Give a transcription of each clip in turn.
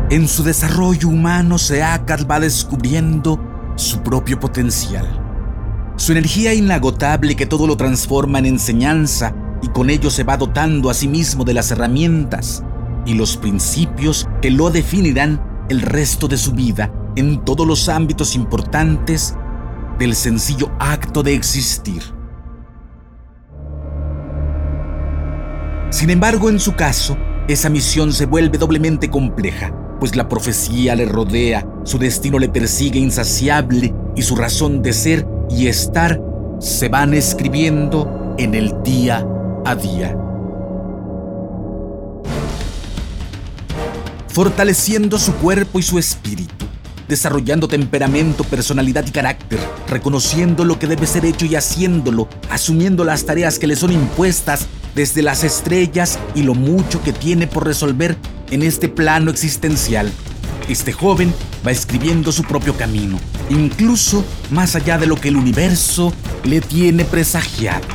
En su desarrollo humano, Seacat va descubriendo su propio potencial. Su energía inagotable que todo lo transforma en enseñanza y con ello se va dotando a sí mismo de las herramientas y los principios que lo definirán el resto de su vida en todos los ámbitos importantes del sencillo acto de existir. Sin embargo, en su caso, esa misión se vuelve doblemente compleja, pues la profecía le rodea, su destino le persigue insaciable y su razón de ser y estar se van escribiendo en el día a día. Fortaleciendo su cuerpo y su espíritu, desarrollando temperamento, personalidad y carácter, reconociendo lo que debe ser hecho y haciéndolo, asumiendo las tareas que le son impuestas desde las estrellas y lo mucho que tiene por resolver en este plano existencial. Este joven va escribiendo su propio camino, incluso más allá de lo que el universo le tiene presagiado.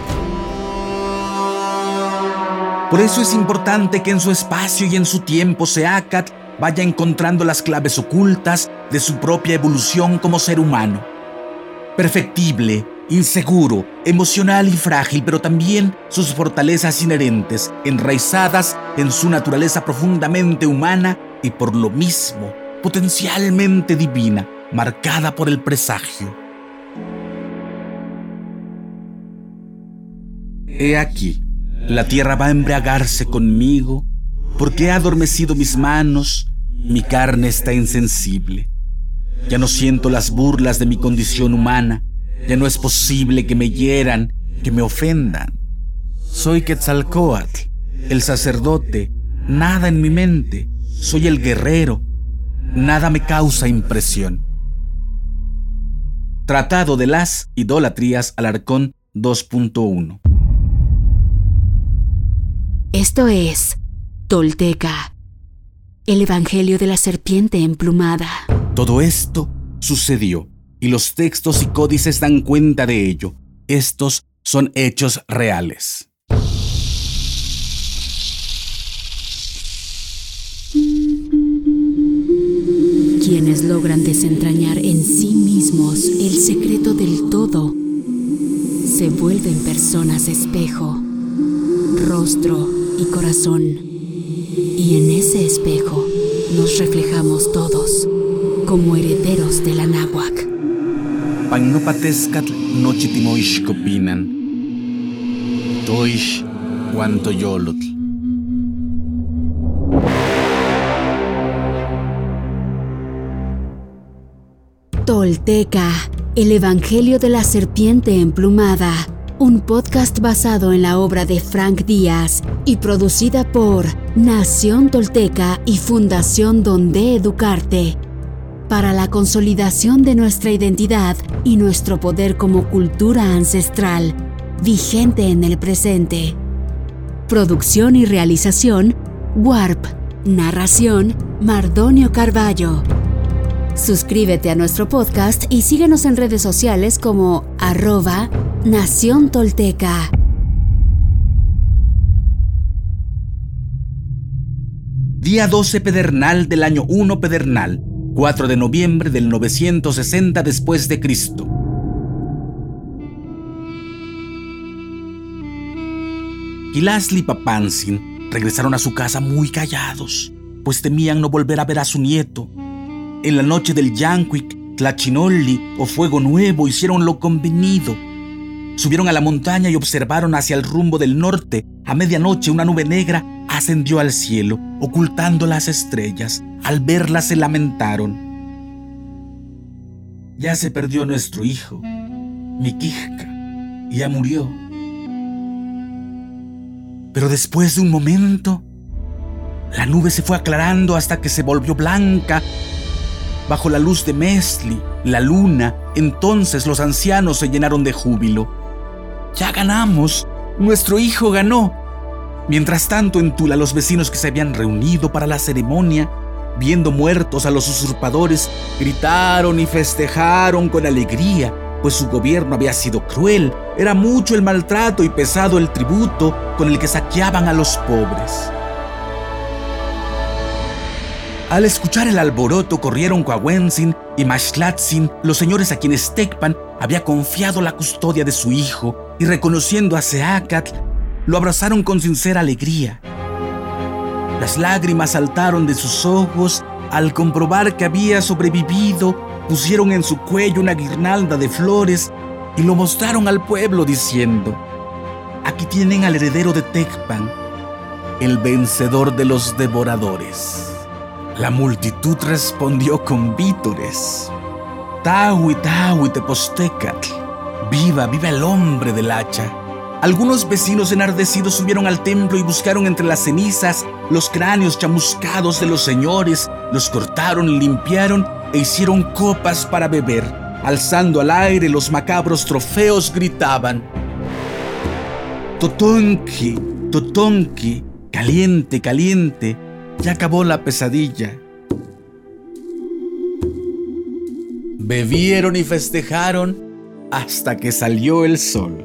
Por eso es importante que en su espacio y en su tiempo Seacat vaya encontrando las claves ocultas de su propia evolución como ser humano. Perfectible, inseguro, emocional y frágil, pero también sus fortalezas inherentes, enraizadas en su naturaleza profundamente humana y por lo mismo potencialmente divina, marcada por el presagio. He aquí, la tierra va a embriagarse conmigo, porque he adormecido mis manos, mi carne está insensible. Ya no siento las burlas de mi condición humana, ya no es posible que me hieran, que me ofendan. Soy Quetzalcóatl, el sacerdote, nada en mi mente, soy el guerrero, nada me causa impresión. Tratado de las Idolatrías, Alarcón 2.1. Esto es Tolteca, el Evangelio de la Serpiente Emplumada. Todo esto sucedió y los textos y códices dan cuenta de ello. Estos son hechos reales. Quienes logran desentrañar en sí mismos el secreto del todo, se vuelven personas espejo, rostro y corazón. Y en ese espejo nos reflejamos todos como herederos de la náhuac. Pagnopatezcatl nochitimoixcopinan, toix guantoyolotl. Tolteca, el Evangelio de la Serpiente Emplumada, un podcast basado en la obra de Frank Díaz y producida por Nación Tolteca y Fundación Donde Educarte, para la consolidación de nuestra identidad y nuestro poder como cultura ancestral, vigente en el presente. Producción y realización, Warp. Narración, Mardonio Carballo. Suscríbete a nuestro podcast y síguenos en redes sociales como @Nación Tolteca. Día 12 pedernal del año 1 pedernal, 4 de noviembre del 960 después de Cristo. Quilasli y Papantzin regresaron a su casa muy callados, pues temían no volver a ver a su nieto. En la noche del Yancuic, Tlachinolli o Fuego Nuevo hicieron lo convenido. Subieron a la montaña y observaron hacia el rumbo del norte. A medianoche una nube negra ascendió al cielo, ocultando las estrellas. Al verlas se lamentaron. Ya se perdió nuestro hijo, Miquijca, y ya murió. Pero después de un momento, la nube se fue aclarando hasta que se volvió blanca. Bajo la luz de Mesli, la luna, entonces los ancianos se llenaron de júbilo. ¡Ya ganamos! ¡Nuestro hijo ganó! Mientras tanto, en Tula, los vecinos que se habían reunido para la ceremonia, viendo muertos a los usurpadores, gritaron y festejaron con alegría, pues su gobierno había sido cruel. Era mucho el maltrato y pesado el tributo con el que saqueaban a los pobres. Al escuchar el alboroto corrieron Cuauhtémoc y Maxtlatzin, los señores a quienes Tecpan había confiado la custodia de su hijo, y reconociendo a Seacatl, lo abrazaron con sincera alegría. Las lágrimas saltaron de sus ojos al comprobar que había sobrevivido. Pusieron en su cuello una guirnalda de flores y lo mostraron al pueblo diciendo: aquí tienen al heredero de Tecpan, el vencedor de los devoradores. La multitud respondió con vítores: Tahui, Tahui, Tepostecatl, viva, viva el hombre del hacha. Algunos vecinos enardecidos subieron al templo y buscaron entre las cenizas los cráneos chamuscados de los señores, los cortaron, limpiaron e hicieron copas para beber. Alzando al aire los macabros trofeos, gritaban: Totonki, Totonki, caliente, caliente, ya acabó la pesadilla. Bebieron y festejaron hasta que salió el sol.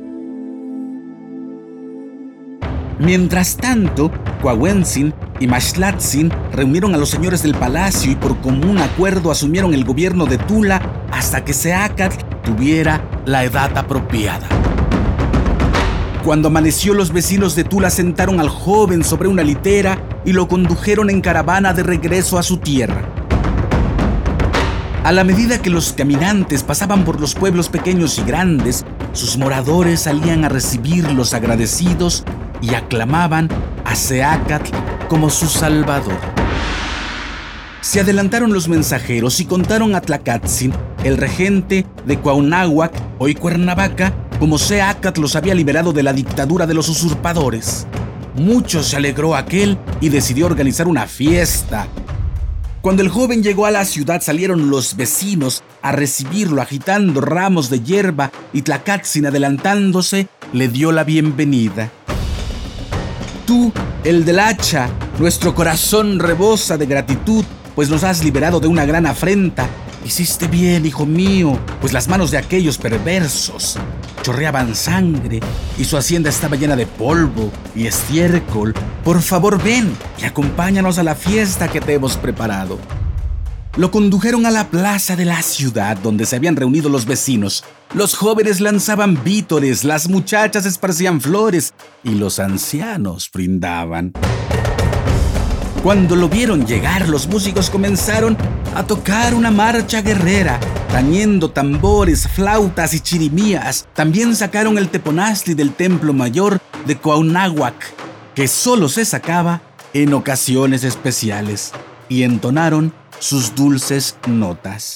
Mientras tanto, Cuauhtémoc y Maxtlatzin reunieron a los señores del palacio y por común acuerdo asumieron el gobierno de Tula hasta que Seacatl tuviera la edad apropiada. Cuando amaneció, los vecinos de Tula sentaron al joven sobre una litera y lo condujeron en caravana de regreso a su tierra. A la medida que los caminantes pasaban por los pueblos pequeños y grandes, sus moradores salían a recibirlos agradecidos y aclamaban a Seacatl como su salvador. Se adelantaron los mensajeros y contaron a Tlacatzin, el regente de Cuauhnáhuac, hoy Cuernavaca, como Seacatl los había liberado de la dictadura de los usurpadores. Mucho se alegró aquel y decidió organizar una fiesta. Cuando el joven llegó a la ciudad, salieron los vecinos a recibirlo agitando ramos de hierba, y Tlacatzin, adelantándose, le dio la bienvenida. Tú, el del hacha, nuestro corazón rebosa de gratitud, pues nos has liberado de una gran afrenta. Hiciste bien, hijo mío, pues las manos de aquellos perversos chorreaban sangre y su hacienda estaba llena de polvo y estiércol. Por favor, ven y acompáñanos a la fiesta que te hemos preparado. Lo condujeron a la plaza de la ciudad donde se habían reunido los vecinos. Los jóvenes lanzaban vítores, las muchachas esparcían flores y los ancianos brindaban. Cuando lo vieron llegar, los músicos comenzaron a tocar una marcha guerrera, tañendo tambores, flautas y chirimías. También sacaron el teponaztli del templo mayor de Cuauhnáhuac, que solo se sacaba en ocasiones especiales, y entonaron sus dulces notas.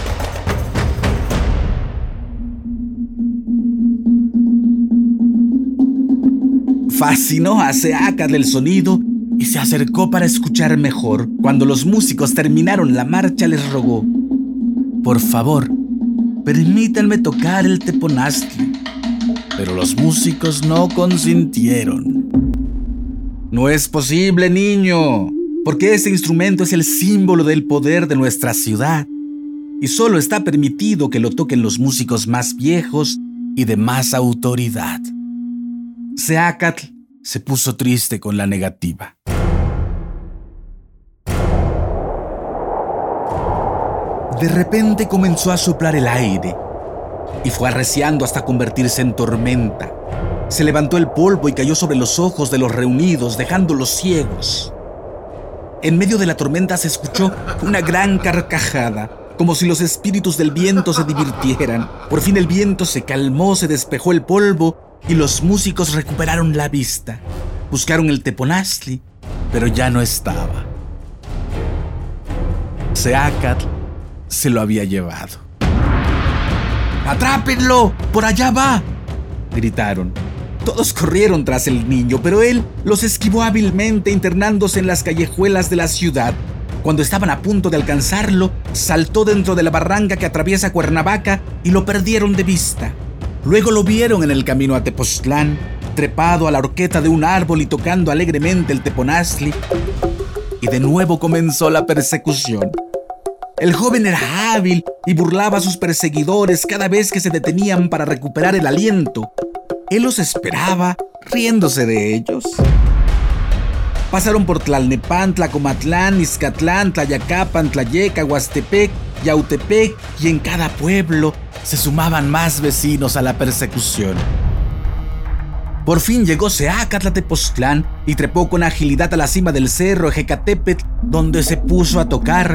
Fascinó a Seacatl el sonido y se acercó para escuchar mejor. Cuando los músicos terminaron la marcha, les rogó: por favor, permítanme tocar el teponaztli. Pero los músicos no consintieron. No es posible, niño, porque este instrumento es el símbolo del poder de nuestra ciudad y solo está permitido que lo toquen los músicos más viejos y de más autoridad. Seacatl se puso triste con la negativa. De repente comenzó a soplar el aire y fue arreciando hasta convertirse en tormenta. Se levantó el polvo y cayó sobre los ojos de los reunidos, dejándolos ciegos. En medio de la tormenta se escuchó una gran carcajada, como si los espíritus del viento se divirtieran. Por fin el viento se calmó, se despejó el polvo y los músicos recuperaron la vista. Buscaron el teponaztli, pero ya no estaba. Seacatl se lo había llevado. ¡Atrápenlo! ¡Por allá va!, gritaron. Todos corrieron tras el niño, pero él los esquivó hábilmente, internándose en las callejuelas de la ciudad. Cuando estaban a punto de alcanzarlo, saltó dentro de la barranca que atraviesa Cuernavaca y lo perdieron de vista. Luego lo vieron en el camino a Tepoztlán, trepado a la horqueta de un árbol y tocando alegremente el teponaztli. Y de nuevo comenzó la persecución. El joven era hábil y burlaba a sus perseguidores cada vez que se detenían para recuperar el aliento. Él los esperaba, riéndose de ellos. Pasaron por Tlalnepantla, Comatlán, Izcatlán, Tlayacapan, Tlayeca, Huastepec, Yautepec, y en cada pueblo se sumaban más vecinos a la persecución. Por fin llegó Seácatl a Tepoztlán y trepó con agilidad a la cima del cerro Ejecatepetl, donde se puso a tocar.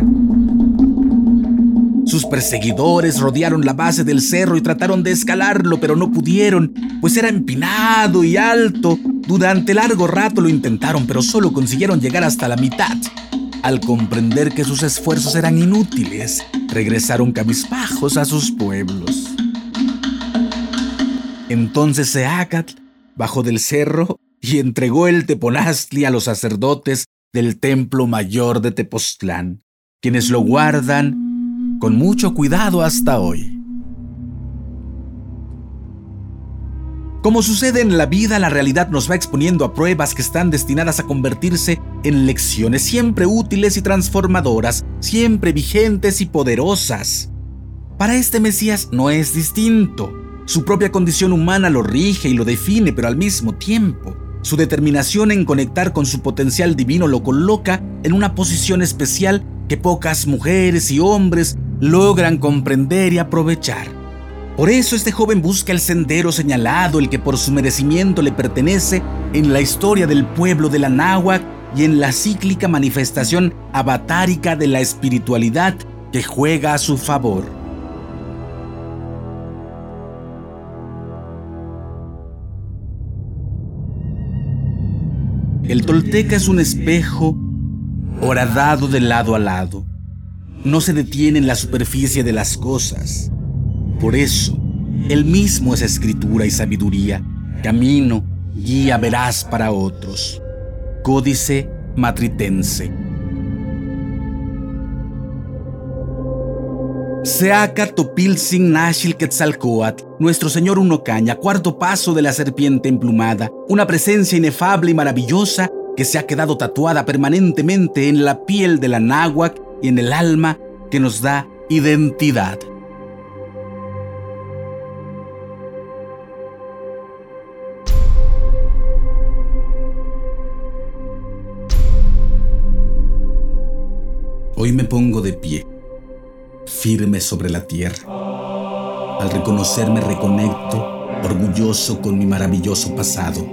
Sus perseguidores rodearon la base del cerro y trataron de escalarlo, pero no pudieron, pues era empinado y alto. Durante largo rato lo intentaron, pero solo consiguieron llegar hasta la mitad. Al comprender que sus esfuerzos eran inútiles, regresaron cabizbajos a sus pueblos. Entonces Seácatl bajó del cerro y entregó el teponaztli a los sacerdotes del Templo Mayor de Tepoztlán, quienes lo guardan con mucho cuidado hasta hoy. Como sucede en la vida, la realidad nos va exponiendo a pruebas que están destinadas a convertirse en lecciones siempre útiles y transformadoras, siempre vigentes y poderosas. Para este Mesías no es distinto. Su propia condición humana lo rige y lo define, pero al mismo tiempo, su determinación en conectar con su potencial divino lo coloca en una posición especial que pocas mujeres y hombres logran comprender y aprovechar. Por eso este joven busca el sendero señalado, el que por su merecimiento le pertenece en la historia del pueblo de la náhuatl y en la cíclica manifestación avatárica de la espiritualidad que juega a su favor. El tolteca es un espejo horadado de lado a lado. No se detiene en la superficie de las cosas. Por eso, él mismo es escritura y sabiduría, camino, guía veraz para otros. Códice matritense. Seácatl Topiltzin Naxil Quetzalcóatl, Nuestro Señor Unocaña, cuarto paso de la serpiente emplumada, una presencia inefable y maravillosa que se ha quedado tatuada permanentemente en la piel de la náhuatl y en el alma que nos da identidad. Hoy me pongo de pie, firme sobre la tierra. Al reconocerme reconecto, orgulloso con mi maravilloso pasado.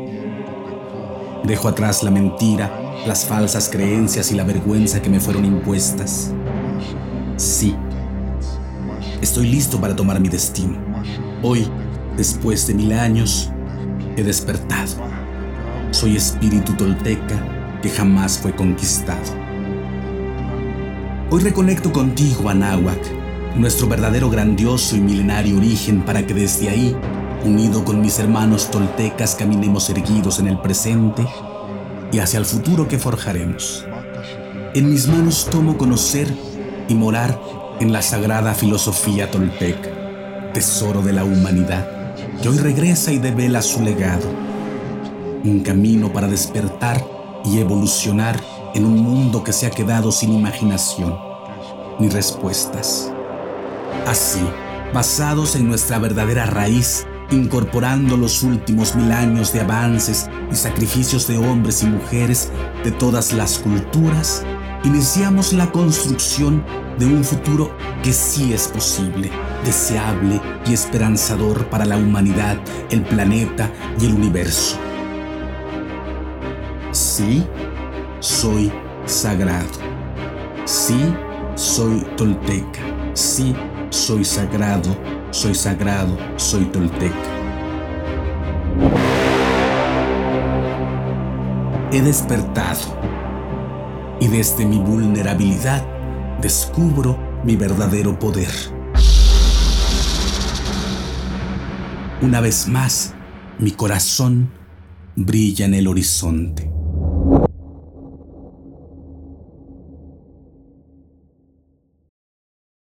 Dejo atrás la mentira, las falsas creencias y la vergüenza que me fueron impuestas. Sí, estoy listo para tomar mi destino. Hoy, después de 1000 años, he despertado. Soy espíritu tolteca que jamás fue conquistado. Hoy reconecto contigo, Anáhuac, nuestro verdadero grandioso y milenario origen, para que desde ahí, unido con mis hermanos toltecas, caminemos erguidos en el presente y hacia el futuro que forjaremos. En mis manos tomo conocer y morar en la sagrada filosofía tolteca, tesoro de la humanidad, que hoy regresa y devela su legado. Un camino para despertar y evolucionar en un mundo que se ha quedado sin imaginación ni respuestas. Así, basados en nuestra verdadera raíz, incorporando los últimos 1000 años de avances y sacrificios de hombres y mujeres de todas las culturas, iniciamos la construcción de un futuro que sí es posible, deseable y esperanzador para la humanidad, el planeta y el universo. Sí, soy sagrado. Sí, soy tolteca. Sí, soy sagrado, soy tolteca. He despertado y desde mi vulnerabilidad descubro mi verdadero poder. Una vez más, mi corazón brilla en el horizonte.